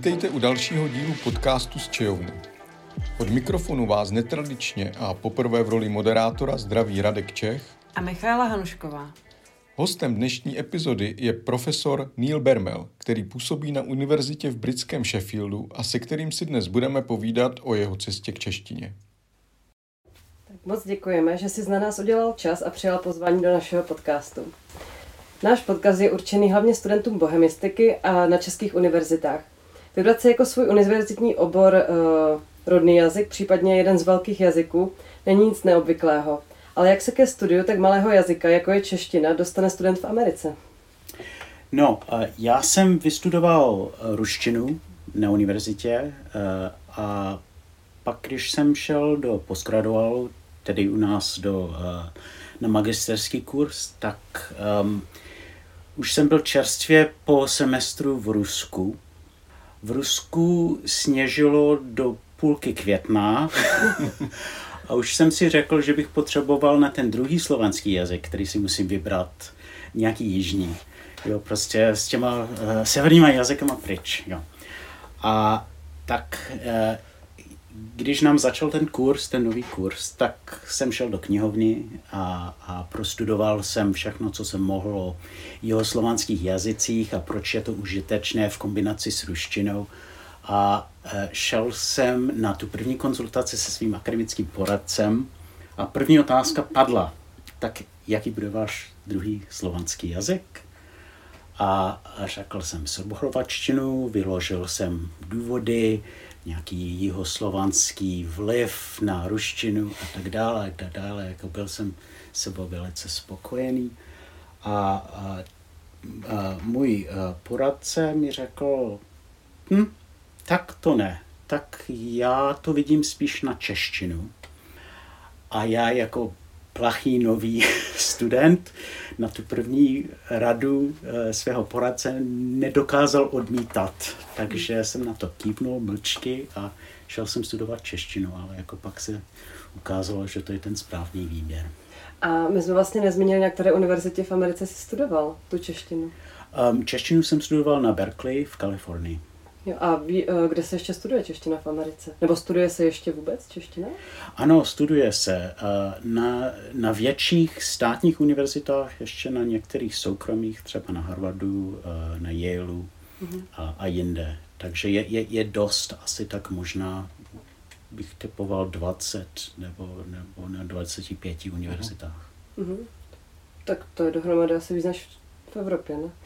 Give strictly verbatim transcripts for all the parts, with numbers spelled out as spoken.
Vítejte u dalšího dílu podcastu z Čejovny. Od mikrofonu vás netradičně a poprvé v roli moderátora zdraví Radek Čech a Michaela Hanušková. Hostem dnešní epizody je profesor Neil Bermel, který působí na univerzitě v britském Sheffieldu a se kterým si dnes budeme povídat o jeho cestě k češtině. Tak moc děkujeme, že jsi na nás udělal čas a přijal pozvání do našeho podcastu. Náš podcast je určený hlavně studentům bohemistiky a na českých univerzitách. Vybrat si jako svůj univerzitní obor uh, rodný jazyk, případně jeden z velkých jazyků, není nic neobvyklého. Ale jak se ke studiu tak malého jazyka, jako je čeština, dostane student v Americe? No, já jsem vystudoval ruštinu na univerzitě a pak, když jsem šel do postgraduálu, tedy u nás do, na magisterský kurz, tak um, už jsem byl čerstvě po semestru v Rusku. V Rusku sněžilo do půlky května a už jsem si řekl, že bych potřeboval na ten druhý slovanský jazyk, který si musím vybrat, nějaký jižní. Jo, prostě s těma uh, severníma jazykama pryč. Jo. A tak, uh, když nám začal ten kurz, ten nový kurz, tak jsem šel do knihovny a, a prostudoval jsem všechno, co jsem mohl o jihoslovanských jazycích a proč je to užitečné v kombinaci s ruštinou. A šel jsem na tu první konzultaci se svým akademickým poradcem a první otázka padla, tak jaký bude váš druhý slovanský jazyk? A řekl jsem srbochorvačtinu, vyložil jsem důvody, nějaký jihoslovanský vliv na ruštinu a tak dále, a tak dále. Jako byl jsem sebou velice spokojený. A, a, a můj poradce mi řekl, hm, tak to ne. Tak já to vidím spíš na češtinu. A já jako plachý nový student na tu první radu e, svého poradce nedokázal odmítat. Takže jsem na to kývnul mlčky a šel jsem studovat češtinu, ale jako pak se ukázalo, že to je ten správný výběr. A my jsme vlastně nezmínili, na které univerzitě v Americe jsi studoval tu češtinu. Um, češtinu jsem studoval na Berkeley v Kalifornii. Jo, a ví, kde se ještě studuje čeština v Americe? Nebo studuje se ještě vůbec čeština? Ano, studuje se. Na, na větších státních univerzitách, ještě na některých soukromých, třeba na Harvardu, na Yaleu mm-hmm. a, a jinde. Takže je, je, je dost, asi tak možná bych typoval dvacet nebo, nebo na dvaceti pěti univerzitách. Mm-hmm. Tak to je dohromady asi víc než v Evropě, ne?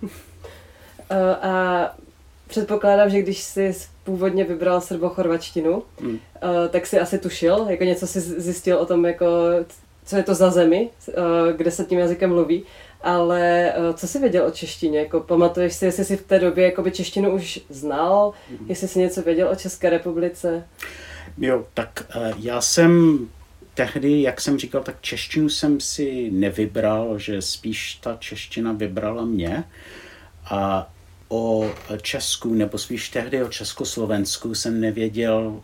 a předpokládám, že když jsi původně vybral srbochorvačtinu, hmm. uh, tak jsi asi tušil, jako něco jsi zjistil o tom, jako, co je to za zemi, uh, kde se tím jazykem mluví, ale uh, co jsi věděl o češtině? Jako, pamatuješ si, jestli jsi v té době jakoby češtinu už znal, hmm. jestli jsi něco věděl o České republice? Jo, tak uh, já jsem tehdy, jak jsem říkal, tak češtinu jsem si nevybral, že spíš ta čeština vybrala mě. A o Česku, nebo spíš tehdy o Československu jsem nevěděl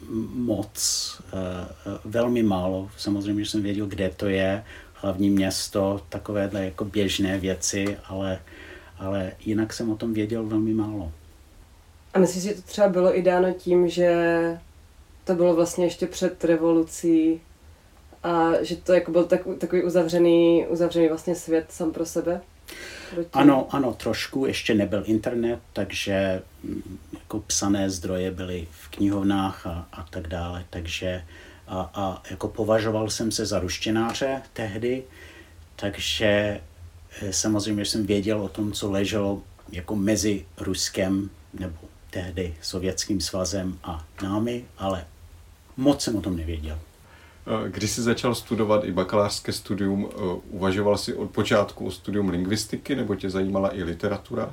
moc, velmi málo. Samozřejmě, že jsem věděl, kde to je, hlavní město, takovéhle jako běžné věci, ale, ale jinak jsem o tom věděl velmi málo. A myslíš, že to třeba bylo i dáno tím, že to bylo vlastně ještě před revolucí a že to jako byl takový uzavřený, uzavřený vlastně svět sám pro sebe? Proti... Ano, ano, trošku, ještě nebyl internet, takže jako psané zdroje byly v knihovnách a, a tak dále, takže a, a jako považoval jsem se za ruštináře tehdy, takže samozřejmě jsem věděl o tom, co leželo jako mezi Ruskem nebo tehdy Sovětským svazem a námi, ale moc jsem o tom nevěděl. Když jsi začal studovat i bakalářské studium, uvažoval jsi od počátku o studium lingvistiky, nebo tě zajímala i literatura?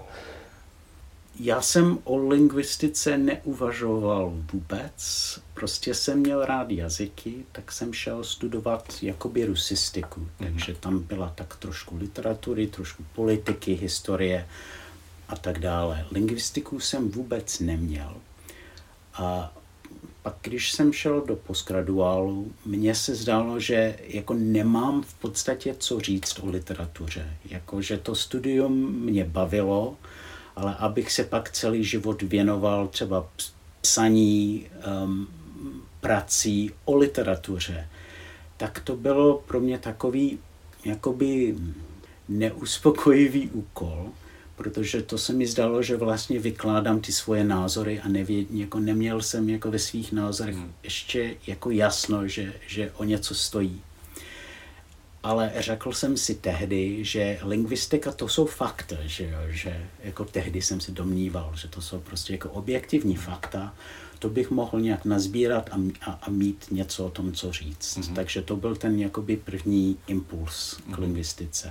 Já jsem o lingvistice neuvažoval vůbec. Prostě jsem měl rád jazyky, tak jsem šel studovat jakoby rusistiku. Mm. Takže tam byla tak trošku literatury, trošku politiky, historie a tak dále. Lingvistiku jsem vůbec neměl. A pak když jsem šel do postgraduálu, mně se zdálo, že jako nemám v podstatě co říct o literatuře. Jako, že to studium mě bavilo, ale abych se pak celý život věnoval třeba psaní, um, prací o literatuře, tak to bylo pro mě takový jakoby neuspokojivý úkol, protože to se mi zdalo, že vlastně vykládám ty svoje názory a nevěd, jako neměl jsem jako ve svých názorech hmm. ještě jako jasno, že, že o něco stojí. Ale řekl jsem si tehdy, že lingvistika to jsou fakta, že, jo, že jako tehdy jsem si domníval, že to jsou prostě jako objektivní fakta, to bych mohl nějak nazbírat a, a, a mít něco o tom, co říct. Mm-hmm. Takže to byl ten jakoby první impuls k mm-hmm. lingvistice.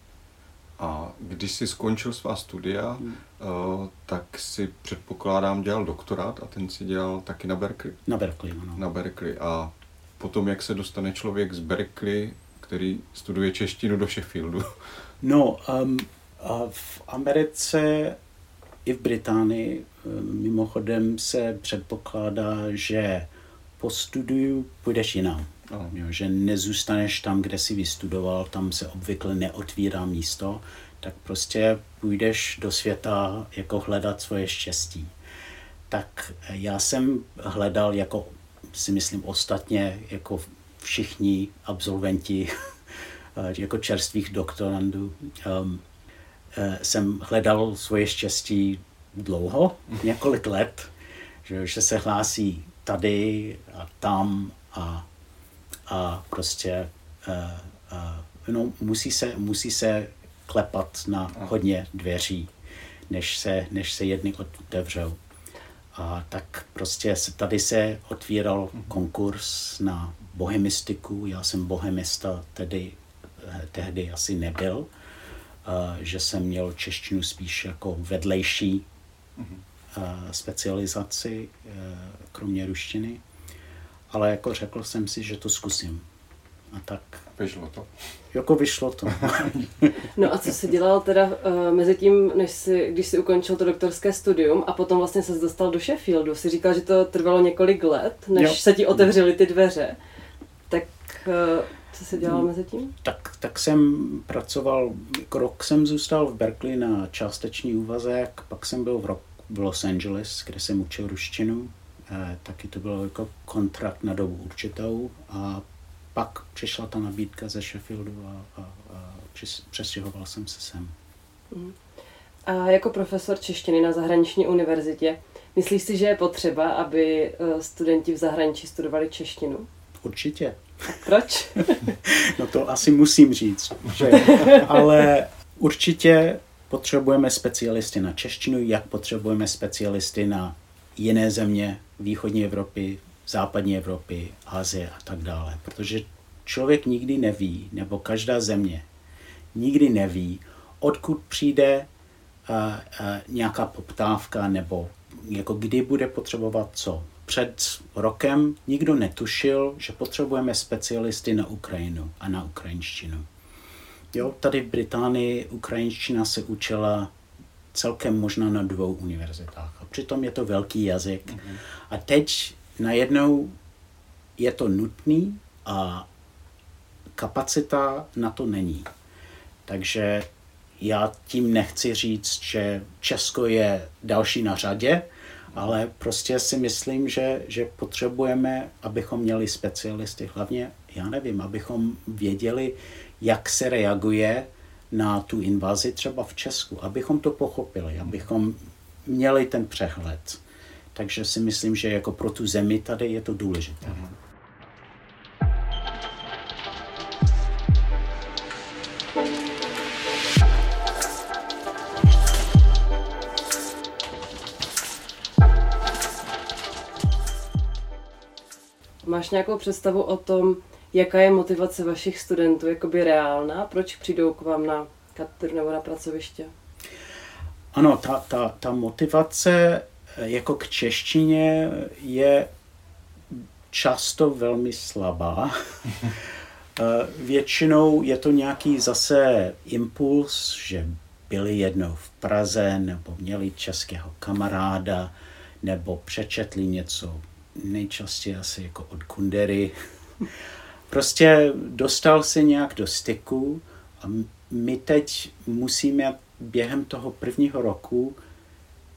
A když jsi skončil svá studia, mm. uh, tak si předpokládám dělal doktorát a ten si dělal taky na Berkeley. Na Berkeley, ano. Na Berkeley. A potom, jak se dostane člověk z Berkeley, který studuje češtinu, do Sheffieldu? No, um, a v Americe i v Británii mimochodem se předpokládá, že po studiu půjdeš jinam. Oh. Jo, že nezůstaneš tam, kde jsi vystudoval, tam se obvykle neotvírá místo, tak prostě půjdeš do světa jako hledat svoje štěstí. Tak já jsem hledal, jako si myslím ostatně, jako všichni absolventi jako čerstvých doktorandů, um, jsem hledal svoje štěstí dlouho, několik let, že, že se hlásí tady a tam a, a prostě uh, uh, no, musí, se, musí se klepat na hodně dveří, než se, než se jedny otevřou. A tak prostě se, tady se otvíral konkurs na bohemistiku. Já jsem bohemista tedy, tehdy asi nebyl, uh, že jsem měl češtinu spíš jako vedlejší uh, specializaci, uh, kromě ruštiny. Ale jako řekl jsem si, že to zkusím. A tak... Vyšlo to. Jako vyšlo to. No a co jsi dělal teda uh, mezi tím, než jsi, když jsi ukončil to doktorské studium a potom vlastně ses dostal do Sheffieldu? Jsi říkal, že to trvalo několik let, než jo. se ti otevřely ty dveře. Tak uh, co jsi dělal mezi tím? Tak, tak jsem pracoval, rok jsem zůstal v Berkeley na částečný úvazek, pak jsem byl v, rok, v Los Angeles, kde jsem učil ruštinu. Eh, taky to byl jako kontrakt na dobu určitou a pak přišla ta nabídka ze Sheffieldu a, a, a přestěhoval jsem se sem. A jako profesor češtiny na zahraniční univerzitě, myslíš si, že je potřeba, aby studenti v zahraničí studovali češtinu? Určitě. Proč? No to asi musím říct, že, ale určitě potřebujeme specialisty na češtinu, jak potřebujeme specialisty na jiné země východní Evropy, západní Evropy, Asie a tak dále. Protože člověk nikdy neví, nebo každá země nikdy neví, odkud přijde uh, uh, nějaká poptávka, nebo jako kdy bude potřebovat co. Před rokem nikdo netušil, že potřebujeme specialisty na Ukrajinu a na ukrajinštinu. Jo, tady v Británii ukrajinština se učila celkem možná na dvou univerzitách. A přitom je to velký jazyk. Mm-hmm. A teď najednou je to nutný a kapacita na to není. Takže já tím nechci říct, že Česko je další na řadě, ale prostě si myslím, že, že potřebujeme, abychom měli specialisty, hlavně, já nevím, abychom věděli, jak se reaguje na tu invazi třeba v Česku, abychom to pochopili, abychom měli ten přehled. Takže si myslím, že jako pro tu zemi tady je to důležité. Mm-hmm. Máš nějakou představu o tom, jaká je motivace vašich studentů, jakoby reálná? Proč přijdou k vám na katedru nebo na pracoviště? Ano, ta, ta, ta motivace jako k češtině je často velmi slabá. Většinou je to nějaký zase impuls, že byli jednou v Praze, nebo měli českého kamaráda, nebo přečetli něco, nejčastěji asi jako od Kundery. Prostě dostal se nějak do styku a my teď musíme během toho prvního roku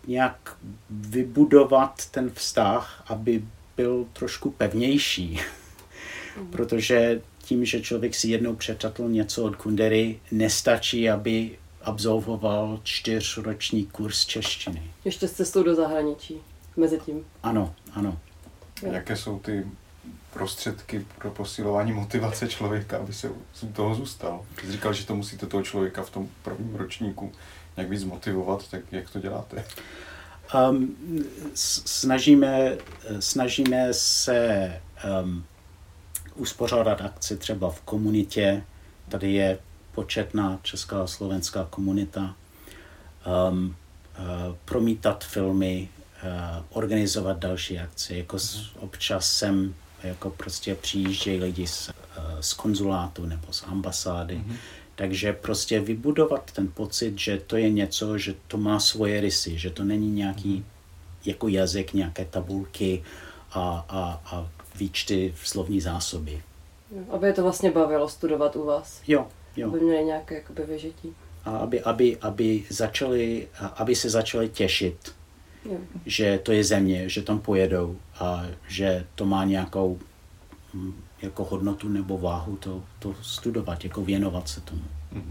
nějak vybudovat ten vztah, aby byl trošku pevnější. Mm. Protože tím, že člověk si jednou přečetl něco od Kundery, nestačí, aby absolvoval čtyřroční kurz češtiny. Ještě s cestou do zahraničí mezi tím. Ano, ano. A jaké jsou ty prostředky pro posilování motivace člověka, aby se u toho zůstal? Jsi říkal, že to musíte toho člověka v tom prvním ročníku nějak víc motivovat, tak jak to děláte? Um, snažíme, snažíme se um, uspořádat akci třeba v komunitě. Tady je početná česká a slovenská komunita. Um, uh, promítat filmy, uh, organizovat další akce. Jako s, občas sem jako prostě přijíždějí lidi z, uh, z konzulátu nebo z ambasády. Mm-hmm. Takže prostě vybudovat ten pocit, že to je něco, že to má svoje rysy, že to není nějaký jako jazyk, nějaké tabulky a, a, a výčty v slovní zásoby. Jo, aby je to vlastně bavilo studovat u vás. Jo, jo. Aby měli nějaké jakoby vyžití. A aby, aby, aby, začali, aby se začali těšit, jo. Že to je země, že tam pojedou a že to má nějakou jako hodnotu nebo váhu to, to studovat, jako věnovat se tomu.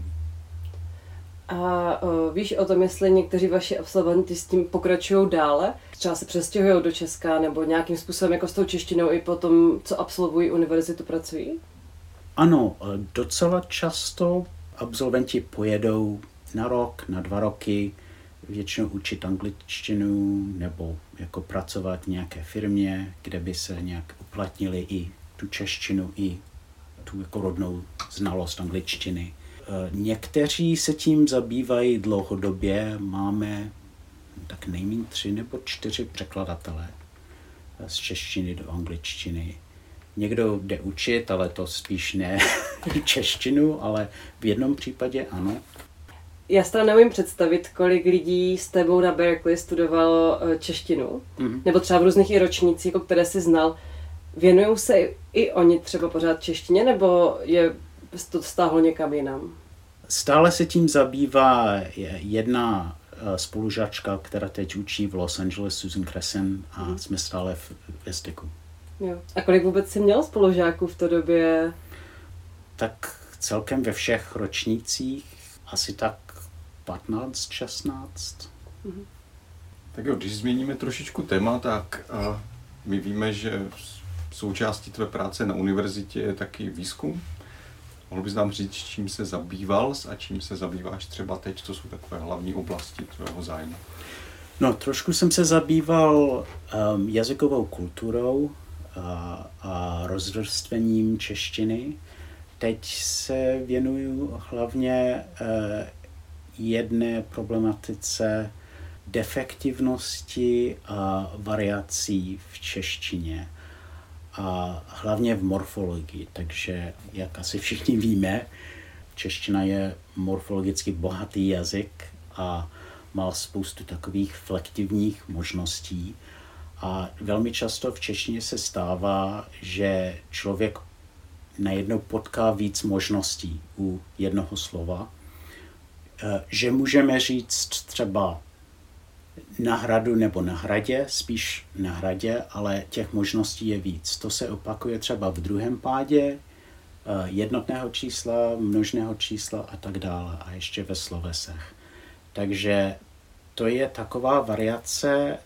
A o, víš o tom, jestli někteří vaši absolventi s tím pokračují dále? Třeba se přestěhují do Česka nebo nějakým způsobem jako s tou češtinou i po tom, co absolvují univerzitu, pracují? Ano, docela často absolventi pojedou na rok, na dva roky, většinou učit angličtinu nebo jako pracovat v nějaké firmě, kde by se nějak uplatnili i tu češtinu, i tu jako rodnou znalost angličtiny. Někteří se tím zabývají dlouhodobě, máme tak nejméně tři nebo čtyři překladatele z češtiny do angličtiny. Někdo jde učit, ale to spíš ne češtinu, ale v jednom případě ano. Já si neumím představit, kolik lidí s tebou na Berkeley studovalo češtinu, mm-hmm. nebo třeba v různých i ročnících, o které jsi znal. Věnují se i, i oni třeba pořád češtině, nebo je to stáhlo někam jinam? Stále se tím zabývá jedna spolužáčka, která teď učí v Los Angeles, Susan Kresen, a mm. jsme stále v, ve styku. Jo. A kolik vůbec jsi měl spolužáků v té době? Tak celkem ve všech ročnících asi tak patnáct šestnáct. Mm. Tak jo, když změníme trošičku téma, tak uh, my víme, že součástí tvé práce na univerzitě je taky výzkum. Mohl bys nám říct, čím se zabýval a čím se zabýváš třeba teď, co jsou takové hlavní oblasti tvého zájmu? No, trošku jsem se zabýval um, jazykovou kulturou a, a rozvrstvením češtiny. Teď se věnuju hlavně uh, jedné problematice defektivnosti a variací v češtině. A hlavně v morfologii, takže jak asi všichni víme, čeština je morfologicky bohatý jazyk a má spoustu takových flektivních možností. A velmi často v češtině se stává, že člověk najednou potká víc možností u jednoho slova, že můžeme říct třeba na hradu nebo na hradě, spíš na hradě, ale těch možností je víc. To se opakuje třeba v druhém pádě, jednotného čísla, množného čísla a tak dále a ještě ve slovesech. Takže to je taková variace,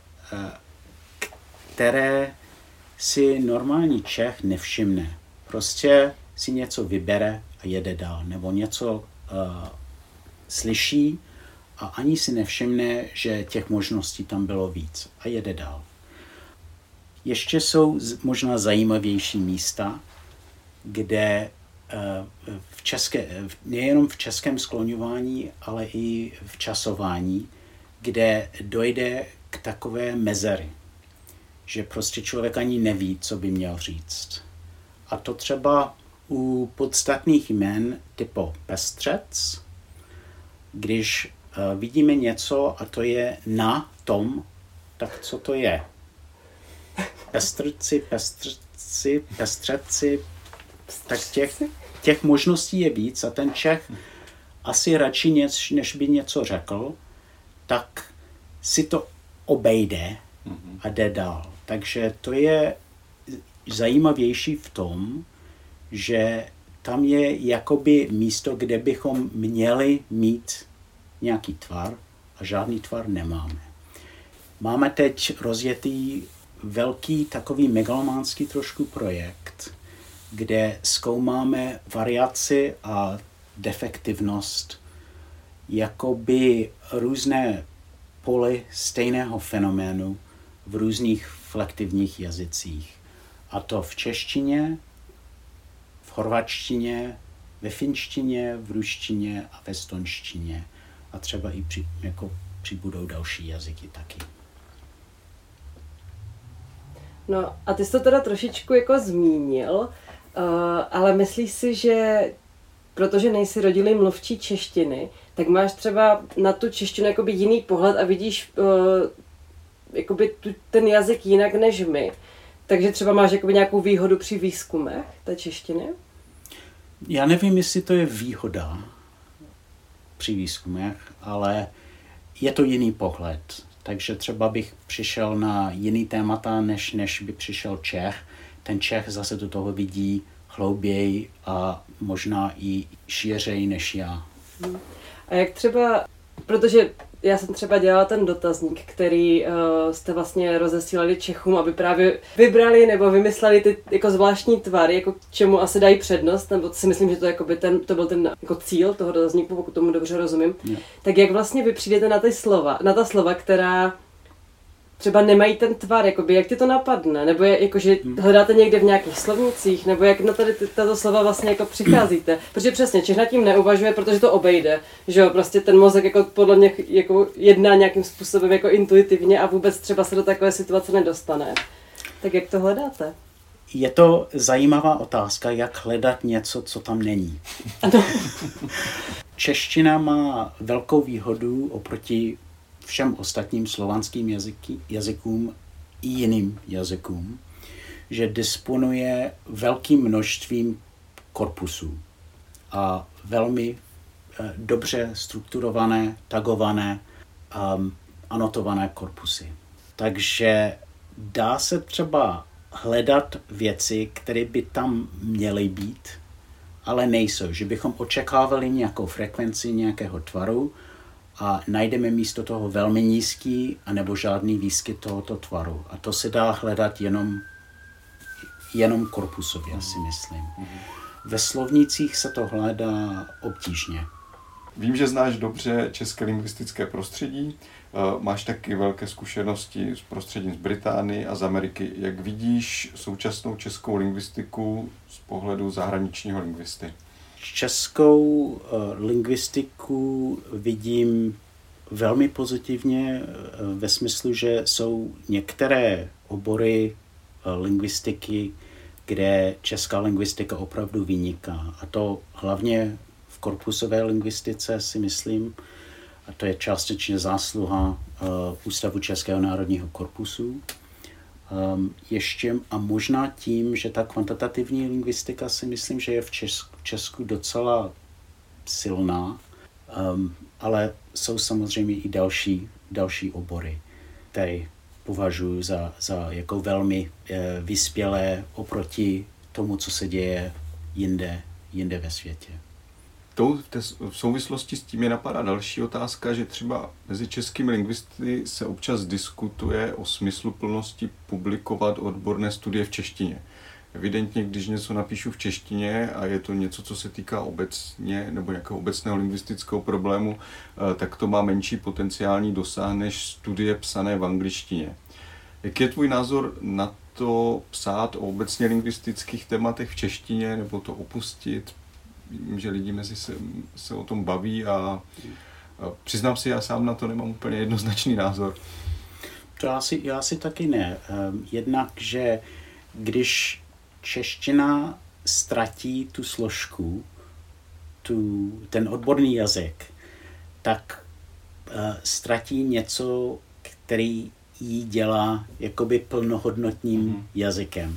které si normální Čech nevšimne. Prostě si něco vybere a jede dál, nebo něco uh, slyší a ani si nevšimne, že těch možností tam bylo víc a jede dál. Ještě jsou možná zajímavější místa, kde v české, nejenom v českém skloňování, ale i v časování, kde dojde k takové mezery, že prostě člověk ani neví, co by měl říct. A to třeba u podstatných jmen typu pestřec, když uh, vidíme něco a to je na tom, tak co to je? Pestrci, pestřci, pestřeci, tak těch, těch možností je víc a ten Čech asi radši, než, než by něco řekl, tak si to obejde a jde dál. Takže to je zajímavější v tom, že tam je jakoby místo, kde bychom měli mít nějaký tvar a žádný tvar nemáme. Máme teď rozjetý velký takový megalománský trošku projekt, kde zkoumáme variaci a defektivnost jakoby různé poly stejného fenoménu v různých flektivních jazycích. A to v češtině, v chorvatštině, ve finštině, v ruštině a ve estonštině. A třeba i při, jako přibudou další jazyky taky. No a ty jsi to teda trošičku jako zmínil, uh, ale myslíš si, že protože nejsi rodilý mluvčí češtiny, tak máš třeba na tu češtinu jakoby jiný pohled a vidíš uh, jakoby tu, ten jazyk jinak než my. Takže třeba máš jakoby nějakou výhodu při výzkumech té češtiny? Já nevím, jestli to je výhoda při výzkumech, ale je to jiný pohled. Takže třeba bych přišel na jiný témata, než, než by přišel Čech. Ten Čech zase do toho vidí hlouběji a možná i šířeji než já. A jak třeba, protože já jsem třeba dělala ten dotazník, který uh, jste vlastně rozesílali Čechům, aby právě vybrali nebo vymysleli ty jako zvláštní tvary, jako čemu asi dají přednost, nebo si myslím, že to, jakoby ten, to byl ten jako cíl toho dotazníku, pokud tomu dobře rozumím. Yeah. Tak jak vlastně vy přijdete na ty slova, na ta slova, která třeba nemají ten tvar, jakoby, jak ti to napadne, nebo je, jakože hledáte někde v nějakých slovnicích, nebo jak na tady tato slova vlastně jako přicházíte, protože přesně Čech nad tím neuvažuje, protože to obejde, že jo, prostě ten mozek jako podle mě jako jedná nějakým způsobem jako intuitivně a vůbec třeba se do takové situace nedostane. Tak jak to hledáte? Je to zajímavá otázka, jak hledat něco, co tam není. Ano. Čeština má velkou výhodu oproti všem ostatním slovanským jazyky, jazykům i jiným jazykům, že disponuje velkým množstvím korpusů a velmi eh, dobře strukturované, tagované, um, anotované korpusy. Takže dá se třeba hledat věci, které by tam měly být, ale nejsou. Že bychom očekávali nějakou frekvenci nějakého tvaru, a najdeme místo toho velmi nízký anebo žádný výskyt tohoto tvaru. A to se dá hledat jenom, jenom korpusově, mm. si myslím. Mm. Ve slovnících se to hledá obtížně. Vím, že znáš dobře české lingvistické prostředí. Máš taky velké zkušenosti s prostředím z Británie a z Ameriky. Jak vidíš současnou českou lingvistiku z pohledu zahraničního lingvisty? Českou uh, lingvistiku vidím velmi pozitivně uh, ve smyslu, že jsou některé obory uh, lingvistiky, kde česká lingvistika opravdu vyniká. A to hlavně v korpusové lingvistice si myslím, a to je částečně zásluha uh, Ústavu Českého národního korpusu. Um, ještě a možná tím, že ta kvantitativní lingvistika si myslím, že je v Česku, v Česku docela silná, um, ale jsou samozřejmě i další, další obory, které považuji za, za jako velmi eh, vyspělé oproti tomu, co se děje jinde, jinde ve světě. To v, té, v souvislosti s tím je napadá další otázka, že třeba mezi českými lingvisty se občas diskutuje o smysluplnosti publikovat odborné studie v češtině. Evidentně, když něco napíšu v češtině a je to něco, co se týká obecně nebo nějakého obecného lingvistického problému, tak to má menší potenciální dosah než studie psané v angličtině. Jak je tvůj názor na to psát o obecně lingvistických tématech v češtině nebo to opustit? Vím, že lidi mezi se, se o tom baví a, a přiznám si, já sám na to nemám úplně jednoznačný názor. To já si, já si taky ne. Jednak, že když čeština ztratí tu složku, tu, ten odborný jazyk, tak uh, ztratí něco, který jí dělá jakoby plnohodnotným mm. jazykem.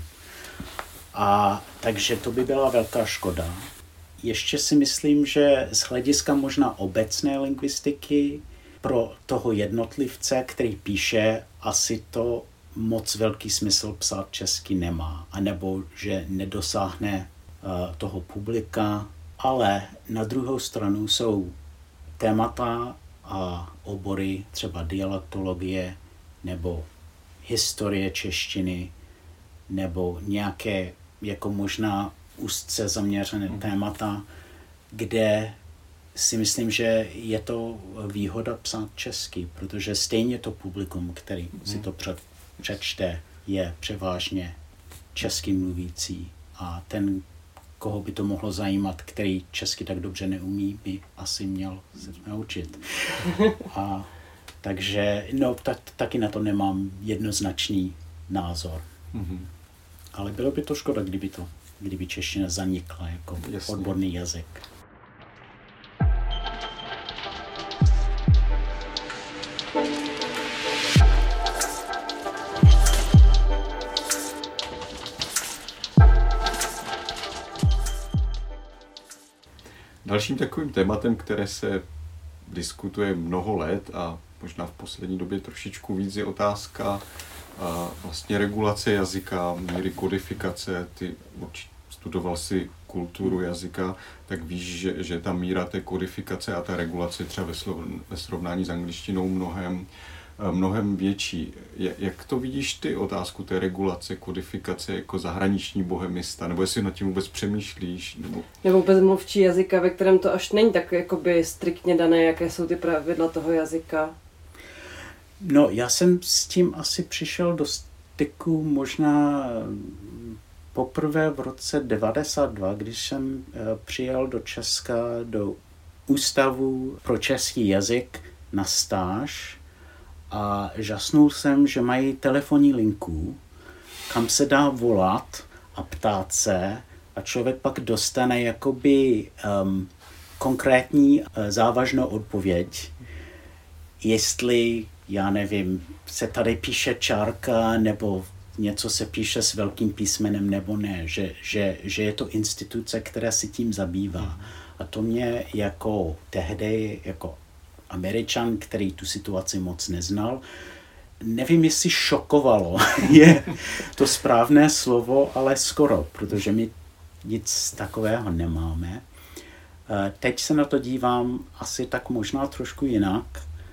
A takže to by byla velká škoda. Ještě si myslím, že z hlediska možná obecné lingvistiky pro toho jednotlivce, který píše, asi to moc velký smysl psát česky nemá, anebo že nedosáhne uh, toho publika, ale na druhou stranu jsou témata a obory, třeba dialektologie nebo historie češtiny, nebo nějaké jako možná úzce zaměřené mm. témata, kde si myslím, že je to výhoda psát česky, protože stejně to publikum, který mm. si to před, přečte, je převážně česky mluvící a ten, koho by to mohlo zajímat, který česky tak dobře neumí, by asi měl se naučit. A takže no, tak, taky na to nemám jednoznačný názor. Mm-hmm. Ale bylo by to škoda, kdyby to, kdyby čeština zanikla jako Jasně. odborný jazyk. Dalším takovým tématem, které se diskutuje mnoho let a možná v poslední době trošičku víc, je otázka a vlastně regulace jazyka, míry kodifikace. Ty určitě studoval si kulturu jazyka, tak víš, že, že ta míra té kodifikace a ta regulace třeba ve, slov, ve srovnání s angličtinou mnohem, mnohem větší. Jak to vidíš ty, otázku té regulace, kodifikace jako zahraniční bohemista, nebo jestli nad tím vůbec přemýšlíš? Nebo, nebo vůbec mluvčí jazyka, ve kterém to až není tak jakoby striktně dané, jaké jsou ty pravidla toho jazyka? No, já jsem s tím asi přišel do styku možná poprvé v roce devadesát dva, když jsem přijel do Česka do Ústavu pro český jazyk na stáž a žasnul jsem, že mají telefonní linku, kam se dá volat a ptát se a člověk pak dostane jakoby um, konkrétní uh, závažnou odpověď, jestli já nevím, se tady píše čárka, nebo něco se píše s velkým písmenem, nebo ne, že, že, že je to instituce, která si tím zabývá. A to mě jako tehdy, jako Američan, který tu situaci moc neznal, nevím, jestli šokovalo, je to správné slovo, ale skoro, protože my nic takového nemáme. Teď se na to dívám asi tak možná trošku jinak.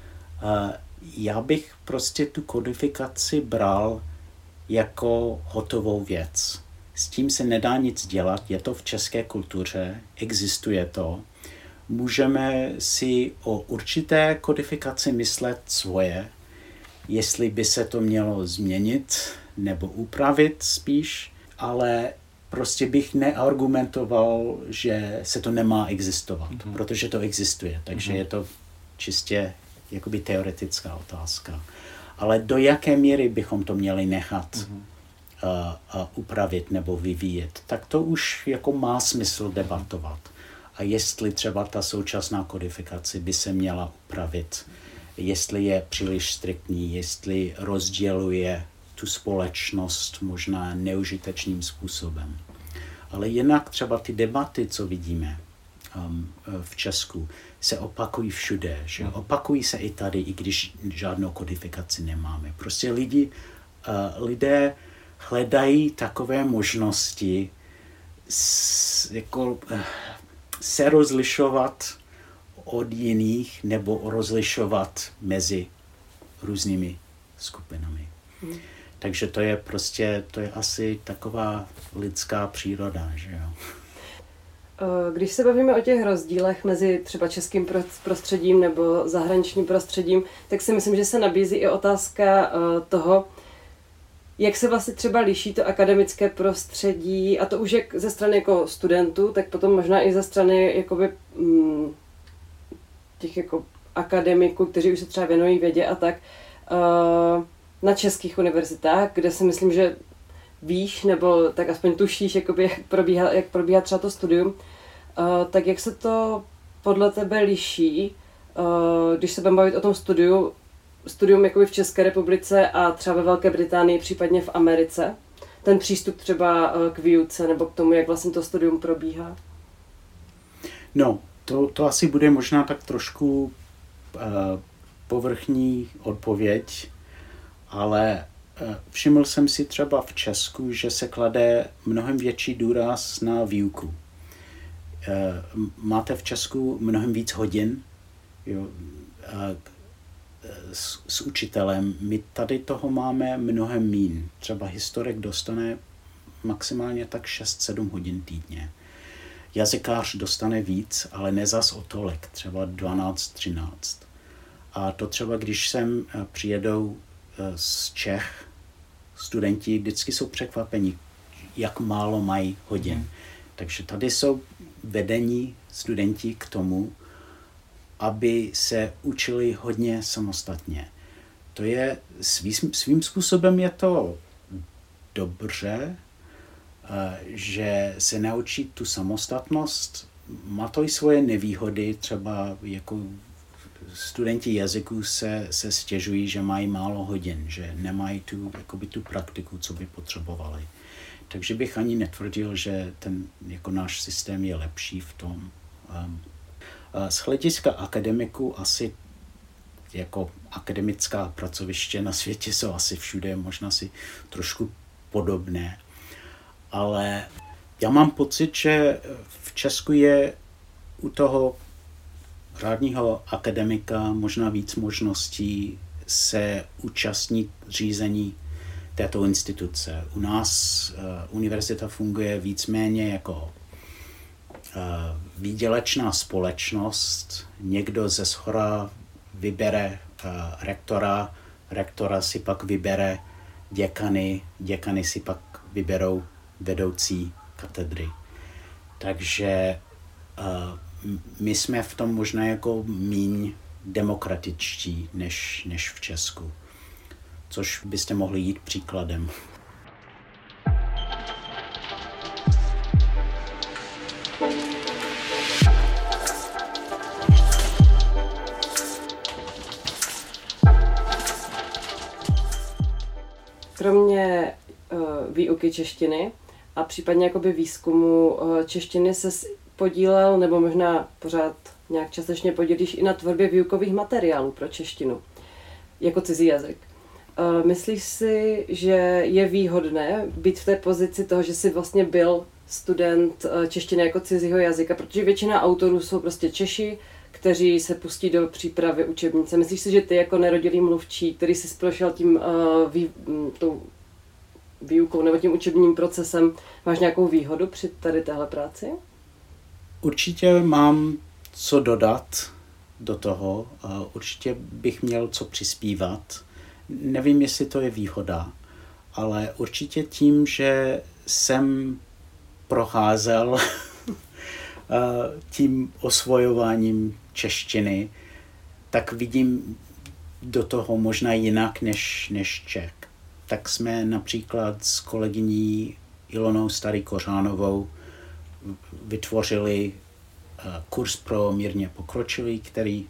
Já bych prostě tu kodifikaci bral jako hotovou věc. S tím se nedá nic dělat, je to v české kultuře, existuje to. Můžeme si o určité kodifikaci myslet svoje, jestli by se to mělo změnit nebo upravit spíš, ale prostě bych neargumentoval, že se to nemá existovat, mm-hmm. protože to existuje, takže mm-hmm. je to čistě jakoby teoretická otázka. Ale do jaké míry bychom to měli nechat mm-hmm. uh, uh, upravit nebo vyvíjet, tak to už jako má smysl debatovat. A jestli třeba ta současná kodifikace by se měla upravit, jestli je příliš striktní, jestli rozděluje tu společnost možná neužitečným způsobem. Ale jinak třeba ty debaty, co vidíme um, v Česku, se opakují všude, že opakují se i tady, i když žádnou kodifikaci nemáme. Prostě lidi, uh, lidé hledají takové možnosti s, jako, uh, se rozlišovat od jiných nebo rozlišovat mezi různými skupinami. Hmm. Takže to je prostě, to je asi taková lidská příroda, že jo. Když se bavíme o těch rozdílech mezi třeba českým prostředím nebo zahraničním prostředím, tak si myslím, že se nabízí i otázka toho, jak se vlastně třeba liší to akademické prostředí, a to už jak ze strany jako studentů, tak potom možná i ze strany jakoby, mm, těch jako akademiků, kteří už se třeba věnují vědě a tak, uh, na českých univerzitách, kde si myslím, že víš, nebo tak aspoň tušíš, jakoby, jak, probíhá, jak probíhá třeba to studium, uh, tak jak se to podle tebe liší, uh, když se budeme bavit o tom studiu, studium jakoby v České republice a třeba ve Velké Británii, případně v Americe, ten přístup třeba uh, k výuce nebo k tomu, jak vlastně to studium probíhá? No, to, to asi bude možná tak trošku uh, povrchní odpověď, ale všiml jsem si třeba v Česku, že se klade mnohem větší důraz na výuku. Máte v Česku mnohem víc hodin, jo, s, s učitelem. My tady toho máme mnohem míň. Třeba historik dostane maximálně tak šest sedm hodin týdně. Jazykář dostane víc, ale ne zas o tolik, třeba dvanáct třináct. A to třeba, když sem přijedou z Čech studenti, vždycky jsou překvapeni, jak málo mají hodin. Hmm. Takže tady jsou vedení studenti k tomu, aby se učili hodně samostatně. To je svým, svým způsobem je to dobře, že se naučí tu samostatnost. Má to i svoje nevýhody, třeba jako studenti jazyků se, se stěžují, že mají málo hodin, že nemají tu, jakoby tu praktiku, co by potřebovali. Takže bych ani netvrdil, že ten jako náš systém je lepší v tom. Z hlediska akademiků asi jako akademická pracoviště na světě jsou asi všude, možná si trošku podobné. Ale já mám pocit, že v Česku je u toho řádního akademika možná víc možností se účastnit řízení této instituce. U nás uh, univerzita funguje víceméně jako uh, výdělečná společnost. Někdo ze shora vybere uh, rektora, rektora si pak vybere děkany, děkany si pak vyberou vedoucí katedry. Takže uh, my jsme v tom možná jako míň demokratičtí než, než v Česku. Což byste mohli jít příkladem. Kromě uh, výuky češtiny a případně jakoby výzkumu uh, češtiny se podílel, nebo možná pořád nějak částečně podílíš i na tvorbě výukových materiálů pro češtinu jako cizí jazyk. Uh, myslíš si, že je výhodné být v té pozici toho, že jsi vlastně byl student uh, češtiny jako cizího jazyka, protože většina autorů jsou prostě Češi, kteří se pustí do přípravy učebnice. Myslíš si, že ty jako nerodilý mluvčí, který jsi prošel tím uh, vý, m, tou výukou nebo tím učebním procesem, máš nějakou výhodu při tady téhle práci? Určitě mám co dodat do toho. Určitě bych měl co přispívat. Nevím, jestli to je výhoda, ale určitě tím, že jsem procházel tím osvojováním češtiny, tak vidím do toho možná jinak než, než Čech. Tak jsme například s kolegyní Ilonou Starý-Kořánovou vytvořili kurz pro mírně pokročilý, který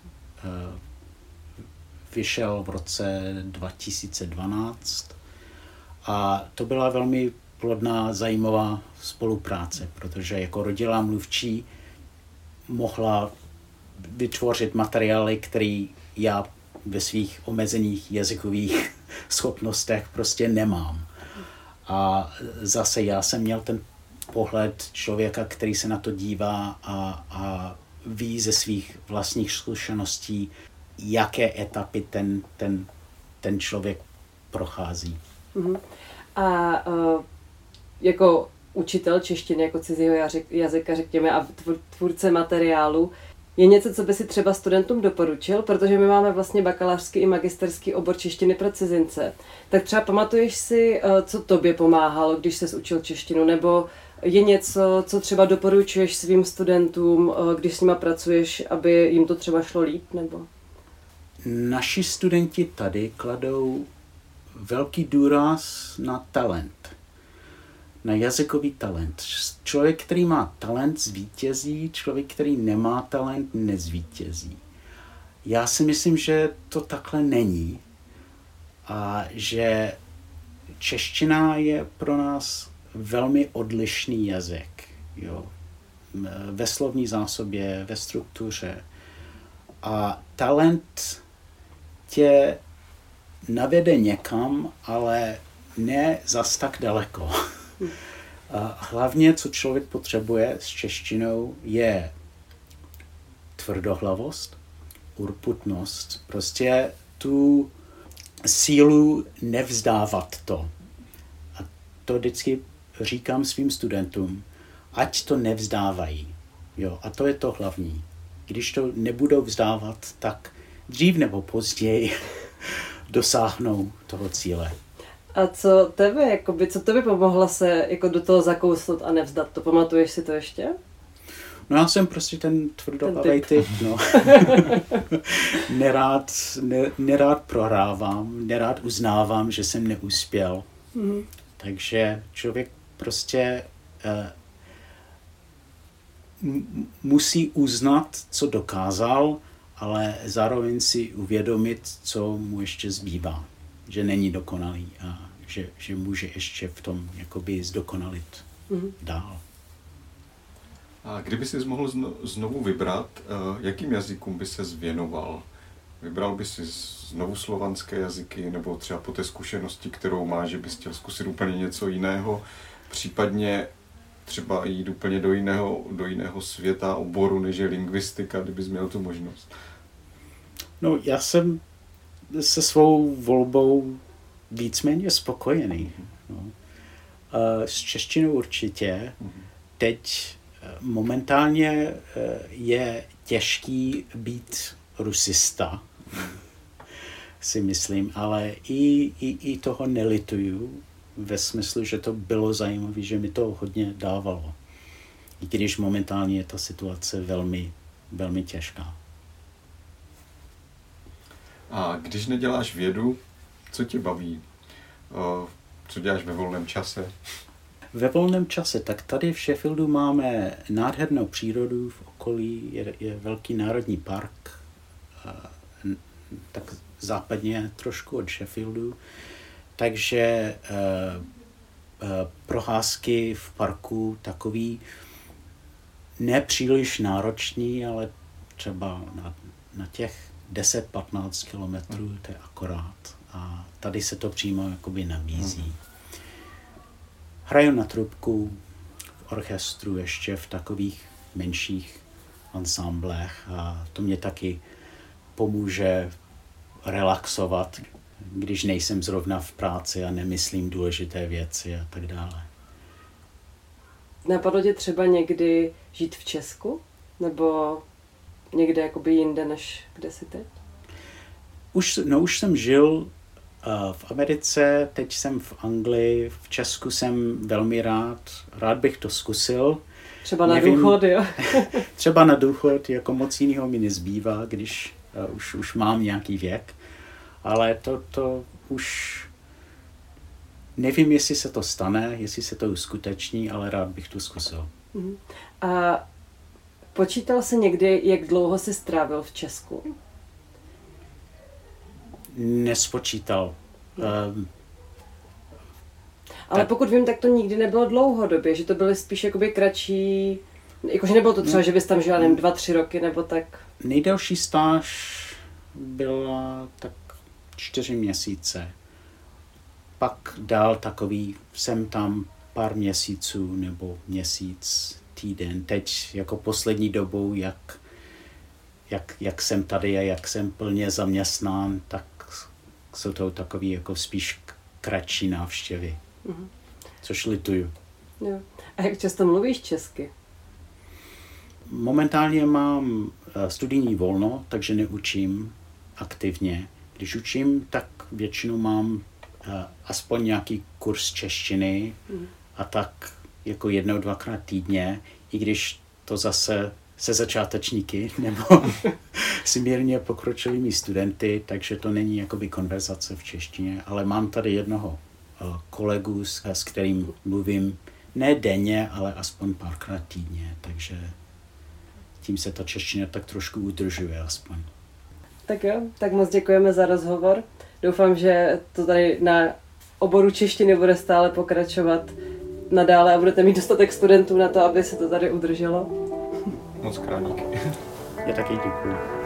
vyšel v roce dva tisíce dvanáct. A to byla velmi plodná, zajímavá spolupráce, protože jako rodilá mluvčí mohla vytvořit materiály, které já ve svých omezených jazykových schopnostech prostě nemám. A zase já jsem měl ten pohled člověka, který se na to dívá a, a ví ze svých vlastních zkušeností, jaké etapy ten, ten, ten člověk prochází. Uh-huh. A uh, jako učitel češtiny, jako cizího jazyka, řekněme, a tvůrce materiálu, je něco, co by si třeba studentům doporučil, protože my máme vlastně bakalářský i magisterský obor češtiny pro cizince. Tak třeba pamatuješ si, co tobě pomáhalo, když ses učil češtinu, nebo je něco, co třeba doporučuješ svým studentům, když s nima pracuješ, aby jim to třeba šlo líp, nebo? Naši studenti tady kladou velký důraz na talent, na jazykový talent. Člověk, který má talent, zvítězí, člověk, který nemá talent, nezvítězí. Já si myslím, že to takhle není a že čeština je pro nás velmi odlišný jazyk. Jo. Ve slovní zásobě, ve struktuře. A talent tě navede někam, ale ne zas tak daleko. A hlavně, co člověk potřebuje s češtinou, je tvrdohlavost, urputnost, prostě tu sílu nevzdávat to. A to vždycky říkám svým studentům, ať to nevzdávají. Jo, a to je to hlavní. Když to nebudou vzdávat, tak dřív nebo později dosáhnou toho cíle. A co tebe, jakoby, co tebe pomohla se jako do toho zakousnout a nevzdat to? Pamatuješ si to ještě? No já jsem prostě ten tvrdohlavý typ, no. nerád, ne, nerád prohrávám, nerád uznávám, že jsem neuspěl. Mm-hmm. Takže člověk prostě uh, m- musí uznat, co dokázal, ale zároveň si uvědomit, co mu ještě zbývá. Že není dokonalý a že, že může ještě v tom jakoby zdokonalit mm-hmm. dál. A kdyby jsi mohl zno, znovu vybrat, uh, jakým jazykům by ses věnoval? Vybral by si znovu slovanské jazyky, nebo třeba po té zkušenosti, kterou máš, že bys chtěl zkusit úplně něco jiného, případně třeba jít úplně do jiného, do jiného světa, oboru, než je lingvistika, kdybys měl tu možnost? No, já jsem se svou volbou víceméně spokojený. No. S češtinou určitě. Teď momentálně je těžký být rusista, si myslím, ale i, i, i toho nelituju, ve smyslu, že to bylo zajímavé, že mi to hodně dávalo. I když momentálně je ta situace velmi, velmi těžká. A když neděláš vědu, co tě baví? Co děláš ve volném čase? Ve volném čase, tak tady v Sheffieldu máme nádhernou přírodu v okolí, je, je velký národní park, tak západně trošku od Sheffieldu, takže uh, uh, procházky v parku takový nepříliš náročný, ale třeba na, na těch deset patnáct kilometrů, to je akorát. A tady se to přímo jakoby nabízí. Hraju na trubku, v orchestru ještě v takových menších ansámblech a to mě taky pomůže relaxovat, když nejsem zrovna v práci a nemyslím důležité věci a tak dále. Napadlo tě třeba někdy žít v Česku? Nebo někde jakoby jinde, než kde jsi teď? Už, no už jsem žil uh, v Americe, teď jsem v Anglii, v Česku jsem velmi rád, rád bych to zkusil. Třeba na Nevím, důchod, jo? Třeba na důchod, jako moc jinýho mi nezbývá, když uh, už, už mám nějaký věk, ale to, to už nevím, jestli se to stane, jestli se to uskuteční, ale rád bych to zkusil. Uh-huh. A počítal jsi někdy, jak dlouho jsi strávil v Česku? Nespočítal. No. Um, Ale tak. Pokud vím, tak to nikdy nebylo dlouhodobě, že to byly spíš jakoby kratší, jakože nebylo to třeba, no. Že bys tam žila nevím, dva, tři roky nebo tak. Nejdelší stáž byla tak čtyři měsíce. Pak dál takový, jsem tam pár měsíců nebo měsíc, týden. Teď jako poslední dobou, jak, jak, jak jsem tady a jak jsem plně zaměstnán, tak jsou to takový jako spíš kratší návštěvy. Mm-hmm. Což lituju. Jo. A jak často mluvíš česky? Momentálně mám studijní volno, takže neučím aktivně. Když učím, tak většinou mám uh, aspoň nějaký kurz češtiny mm. a tak jako jednou, dvakrát týdně, i když to zase se začátečníky nebo s mírně pokročilými studenty, takže to není jakoby konverzace v češtině, ale mám tady jednoho uh, kolegu, s, s kterým mluvím ne denně, ale aspoň párkrát týdně, takže tím se ta čeština tak trošku udržuje aspoň. Tak jo, tak moc děkujeme za rozhovor. Doufám, že to tady na oboru češtiny bude stále pokračovat nadále a budete mít dostatek studentů na to, aby se to tady udrželo. Moc krát díky. Já taky děkuji.